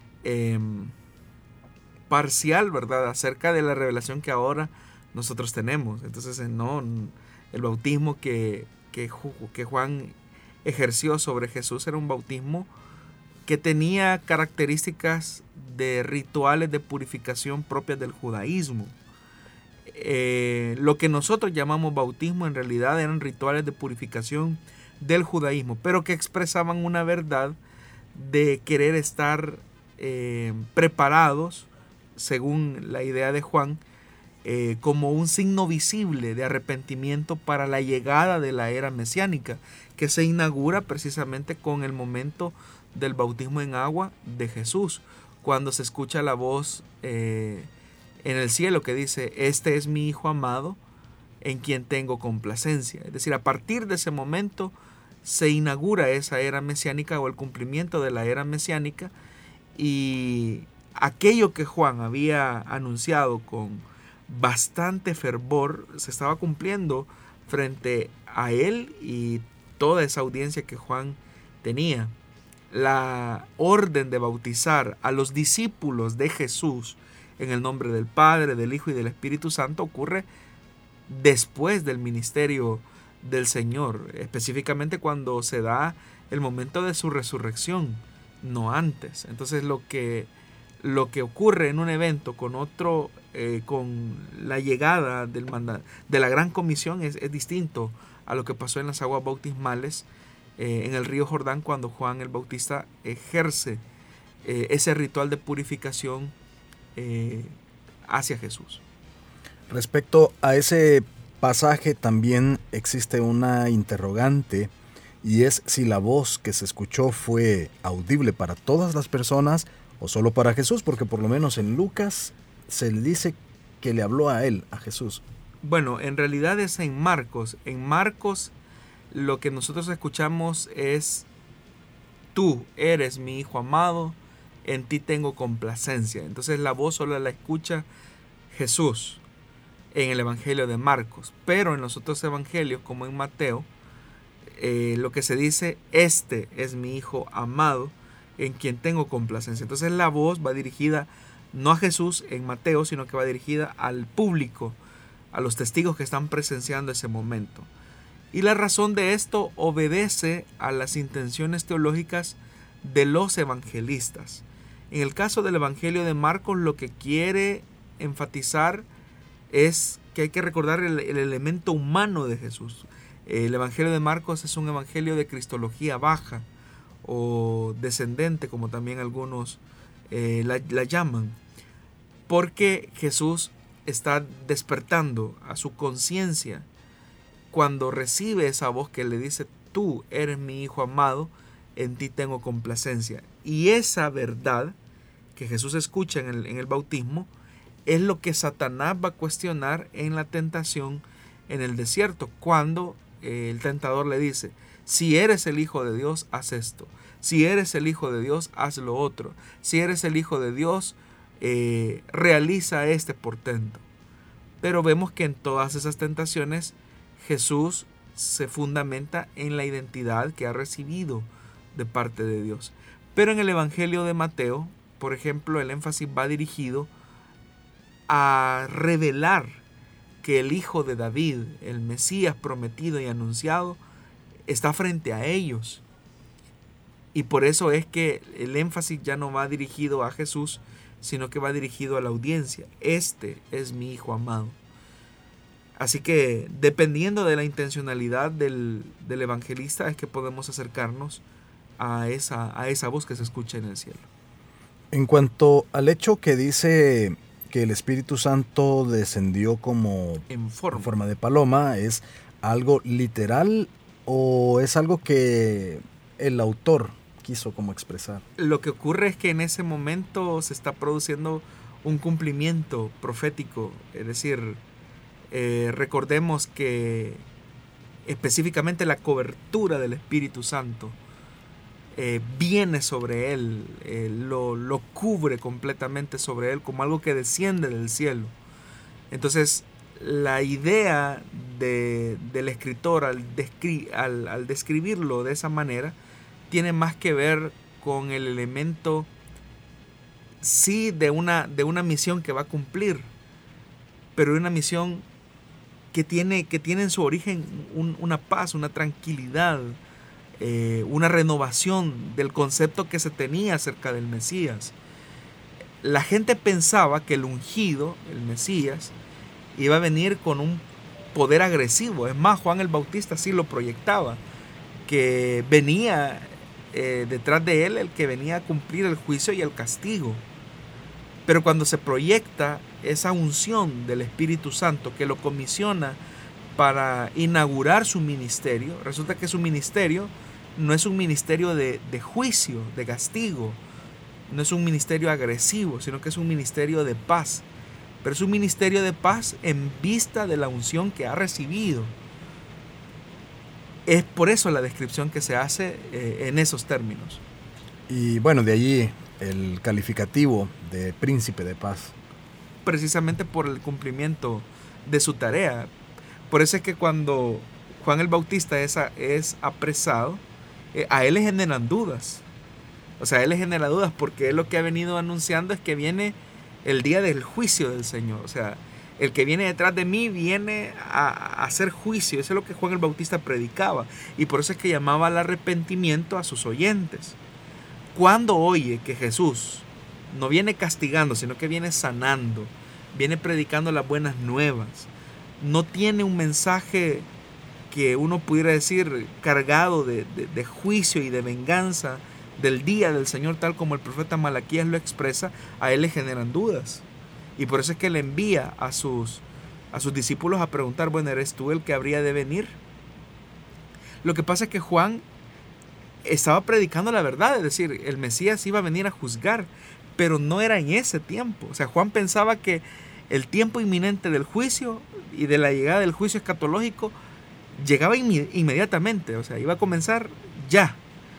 parcial, ¿verdad?, acerca de la revelación que ahora nosotros tenemos. Entonces, no, el bautismo que Juan ejerció sobre Jesús era un bautismo que tenía características de rituales de purificación propias del judaísmo. Lo que nosotros llamamos bautismo en realidad eran rituales de purificación del judaísmo, pero que expresaban una verdad de querer estar preparados, según la idea de Juan, como un signo visible de arrepentimiento para la llegada de la era mesiánica, que se inaugura precisamente con el momento del bautismo en agua de Jesús, cuando se escucha la voz en el cielo que dice: este es mi Hijo amado, en quien tengo complacencia. Es decir, a partir de ese momento se inaugura esa era mesiánica o el cumplimiento de la era mesiánica, y aquello que Juan había anunciado con bastante fervor se estaba cumpliendo frente a él y toda esa audiencia que Juan tenía. La orden de bautizar a los discípulos de Jesús en el nombre del Padre, del Hijo y del Espíritu Santo ocurre después del ministerio del Señor, específicamente cuando se da el momento de su resurrección, no antes. Entonces lo que ocurre en un evento con otro, con la llegada de la Gran Comisión es distinto a lo que pasó en las aguas bautismales en el río Jordán, cuando Juan el Bautista ejerce ese ritual de purificación hacia Jesús. Respecto a ese pasaje también existe una interrogante, y es si la voz que se escuchó fue audible para todas las personas o solo para Jesús, porque por lo menos en Lucas se le dice que le habló a él, a Jesús. Bueno, en realidad es en Marcos. En Marcos lo que nosotros escuchamos es: tú eres mi Hijo amado, en ti tengo complacencia. Entonces la voz solo la escucha Jesús en el Evangelio de Marcos. Pero en los otros evangelios, como en Mateo, lo que se dice: este es mi Hijo amado, en quien tengo complacencia. Entonces la voz va dirigida no a Jesús en Mateo, sino que va dirigida al público, a los testigos que están presenciando ese momento. Y la razón de esto obedece a las intenciones teológicas de los evangelistas. En el caso del Evangelio de Marcos, lo que quiere enfatizar es que hay que recordar el elemento humano de Jesús. El Evangelio de Marcos es un evangelio de cristología baja o descendente, como también algunos la llaman, porque Jesús está despertando a su conciencia cuando recibe esa voz que le dice: tú eres mi Hijo amado, en ti tengo complacencia. Y esa verdad que Jesús escucha en el bautismo es lo que Satanás va a cuestionar en la tentación en el desierto, cuando el tentador le dice: si eres el Hijo de Dios, haz esto. Si eres el Hijo de Dios, haz lo otro. Si eres el Hijo de Dios, realiza este portento. Pero vemos que en todas esas tentaciones Jesús se fundamenta en la identidad que ha recibido de parte de Dios. Pero en el Evangelio de Mateo, por ejemplo, el énfasis va dirigido a revelar que el Hijo de David, el Mesías prometido y anunciado, está frente a ellos Y por eso es que el énfasis ya no va dirigido a Jesús, sino que va dirigido a la audiencia. Este es mi Hijo amado. Así que dependiendo de la intencionalidad del evangelista es que podemos acercarnos a esa voz que se escucha en el cielo. En cuanto al hecho que dice que el Espíritu Santo descendió como en forma de paloma, ¿es algo literal o es algo que el autor quiso como expresar? Lo que ocurre es que en ese momento se está produciendo un cumplimiento profético, es decir, recordemos que específicamente la cobertura del Espíritu Santo viene sobre él, lo cubre completamente sobre él como algo que desciende del cielo. Entonces la idea del escritor al describirlo de esa manera tiene más que ver con el elemento sí de una misión que va a cumplir, pero de una misión que tiene en su origen una paz, una tranquilidad, una renovación del concepto que se tenía acerca del Mesías. La gente pensaba que el ungido, el Mesías, iba a venir con un poder agresivo. Es más, Juan el Bautista sí lo proyectaba, que venía detrás de él el que venía a cumplir el juicio y el castigo. Pero cuando se proyecta esa unción del Espíritu Santo que lo comisiona para inaugurar su ministerio, resulta que su ministerio no es un ministerio de juicio, de castigo, no es un ministerio agresivo, sino que es un ministerio de paz. Pero es un ministerio de paz en vista de la unción que ha recibido. Es por eso la descripción que se hace en esos términos. Y bueno, de allí el calificativo de príncipe de paz. Precisamente por el cumplimiento de su tarea. Por eso es que cuando Juan el Bautista es apresado, a él le generan dudas. O sea, a él le genera dudas porque él lo que ha venido anunciando es que viene el día del juicio del Señor. O sea, el que viene detrás de mí viene a hacer juicio. Eso es lo que Juan el Bautista predicaba. Y por eso es que llamaba al arrepentimiento a sus oyentes. Cuando oye que Jesús no viene castigando, sino que viene sanando, viene predicando las buenas nuevas, no tiene un mensaje que uno pudiera decir cargado de juicio y de venganza del día del Señor, tal como el profeta Malaquías lo expresa, a él le generan dudas. Y por eso es que le envía a sus discípulos a preguntar, bueno, ¿eres tú el que habría de venir? Lo que pasa es que Juan estaba predicando la verdad, es decir, el Mesías iba a venir a juzgar, pero no era en ese tiempo. O sea, Juan pensaba que el tiempo inminente del juicio y de la llegada del juicio escatológico llegaba inmediatamente, o sea, iba a comenzar ya.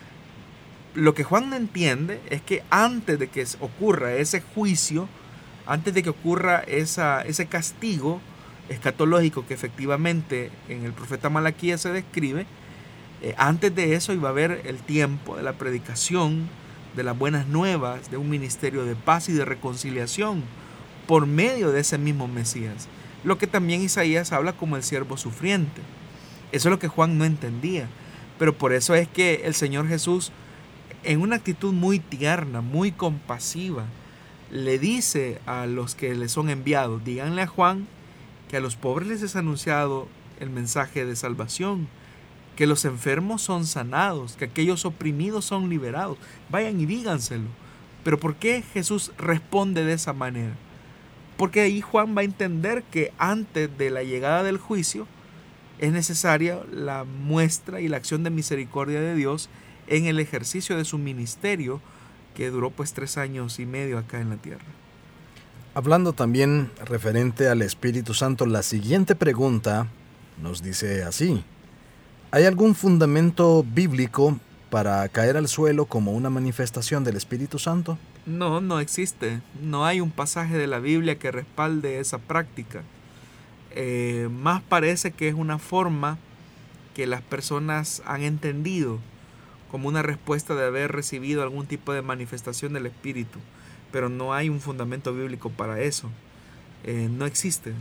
Lo que Juan no entiende es que antes de que ocurra ese juicio, antes de que ocurra ese castigo escatológico que efectivamente en el profeta Malaquías se describe, antes de eso iba a haber el tiempo de la predicación de las buenas nuevas, de un ministerio de paz y de reconciliación por medio de ese mismo Mesías. Lo que también Isaías habla como el siervo sufriente. Eso es lo que Juan no entendía. Pero por eso es que el Señor Jesús, en una actitud muy tierna, muy compasiva, le dice a los que le son enviados, díganle a Juan que a los pobres les es anunciado el mensaje de salvación, que los enfermos son sanados, que aquellos oprimidos son liberados. Vayan y díganselo. Pero ¿por qué Jesús responde de esa manera? Porque ahí Juan va a entender que antes de la llegada del juicio es necesaria la muestra y la acción de misericordia de Dios en el ejercicio de su ministerio, que duró pues 3 años y medio acá en la tierra. Hablando también referente al Espíritu Santo, la siguiente pregunta nos dice así: ¿hay algún fundamento bíblico para caer al suelo como una manifestación del Espíritu Santo? No, no existe. No hay un pasaje de la Biblia que respalde esa práctica. Más parece que es una forma que las personas han entendido como una respuesta de haber recibido algún tipo de manifestación del Espíritu. Pero no hay un fundamento bíblico para eso. No existe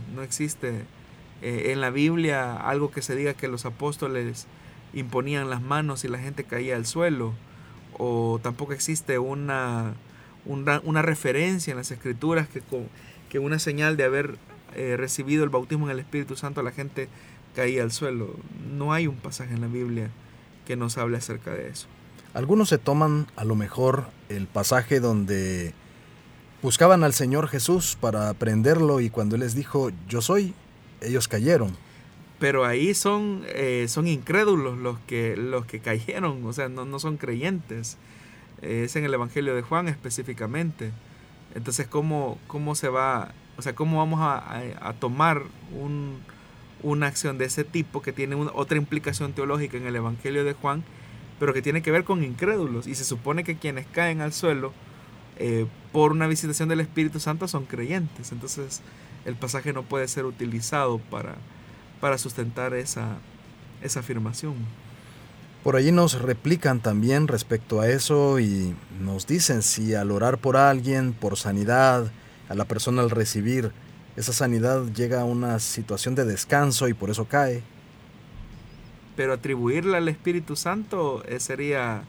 en la Biblia algo que se diga que los apóstoles imponían las manos y la gente caía al suelo, o tampoco existe una referencia en las Escrituras que una señal de haber recibido el bautismo en el Espíritu Santo la gente caía al suelo. No hay un pasaje en la Biblia que nos hable acerca de eso. Algunos se toman a lo mejor el pasaje donde buscaban al Señor Jesús para prenderlo y cuando Él les dijo, yo soy, ellos cayeron. Pero ahí son incrédulos los que cayeron, o sea, no son creyentes. Es en el Evangelio de Juan específicamente. Entonces, ¿cómo se va? O sea, ¿cómo vamos a tomar una acción de ese tipo que tiene otra implicación teológica en el Evangelio de Juan, pero que tiene que ver con incrédulos? Y se supone que quienes caen al suelo por una visitación del Espíritu Santo son creyentes. Entonces, el pasaje no puede ser utilizado para sustentar esa afirmación. Por allí nos replican también respecto a eso y nos dicen si al orar por alguien, por sanidad, a la persona al recibir esa sanidad llega a una situación de descanso y por eso cae. Pero atribuirla al Espíritu Santo sería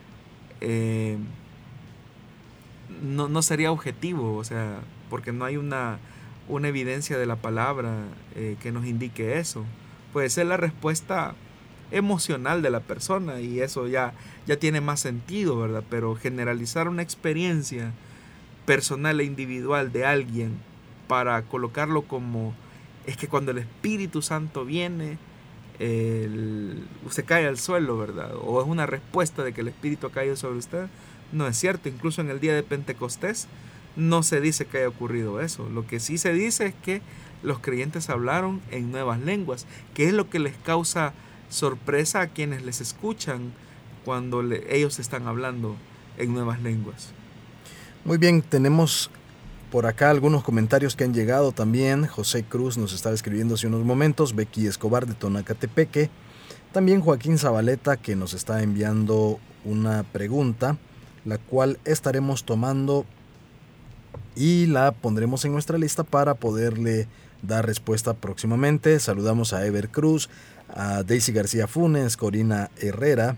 no sería objetivo, o sea, porque no hay una evidencia de la palabra que nos indique eso. Puede ser la respuesta emocional de la persona y eso ya tiene más sentido, ¿verdad? Pero generalizar una experiencia personal e individual de alguien para colocarlo como es que cuando el Espíritu Santo viene usted cae al suelo, ¿verdad? O es una respuesta de que el Espíritu ha caído sobre usted. No es cierto. Incluso en el día de Pentecostés no se dice que haya ocurrido eso. Lo que sí se dice es que los creyentes hablaron en nuevas lenguas, que es lo que les causa sorpresa a quienes les escuchan cuando ellos están hablando en nuevas lenguas. Muy bien, tenemos por acá algunos comentarios que han llegado también. José Cruz nos estaba escribiendo hace unos momentos, Becky Escobar de Tonacatepeque, también Joaquín Zabaleta que nos está enviando una pregunta, la cual estaremos tomando y la pondremos en nuestra lista para poderle dar respuesta próximamente. Saludamos a Ever Cruz, a Daisy García Funes, Corina Herrera,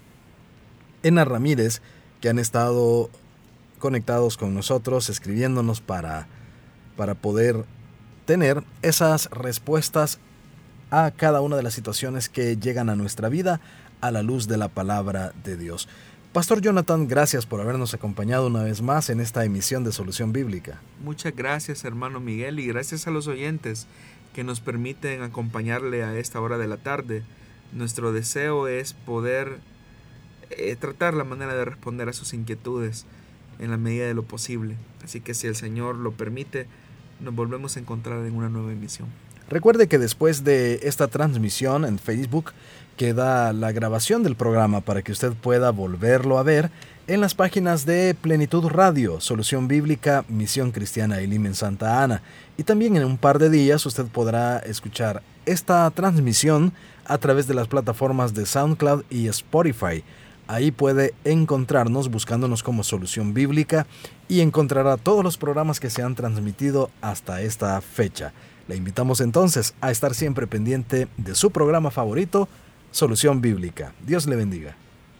Ena Ramírez, que han estado conectados con nosotros, escribiéndonos para poder tener esas respuestas a cada una de las situaciones que llegan a nuestra vida a la luz de la palabra de Dios. Pastor Jonathan, gracias por habernos acompañado una vez más en esta emisión de Solución Bíblica. Muchas gracias, hermano Miguel, y gracias a los oyentes que nos permiten acompañarle a esta hora de la tarde. Nuestro deseo es poder tratar la manera de responder a sus inquietudes en la medida de lo posible. Así que si el Señor lo permite, nos volvemos a encontrar en una nueva emisión. Recuerde que después de esta transmisión en Facebook queda la grabación del programa para que usted pueda volverlo a ver en las páginas de Plenitud Radio, Solución Bíblica, Misión Cristiana Elim en Santa Ana. Y también en un par de días usted podrá escuchar esta transmisión a través de las plataformas de SoundCloud y Spotify. Ahí puede encontrarnos buscándonos como Solución Bíblica y encontrará todos los programas que se han transmitido hasta esta fecha. Le invitamos entonces a estar siempre pendiente de su programa favorito, Solución Bíblica. Dios le bendiga.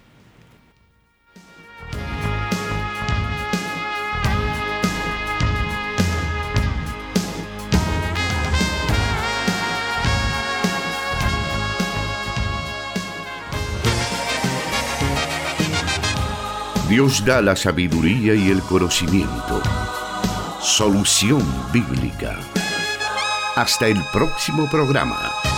Dios da la sabiduría y el conocimiento. Solución Bíblica. Hasta el próximo programa.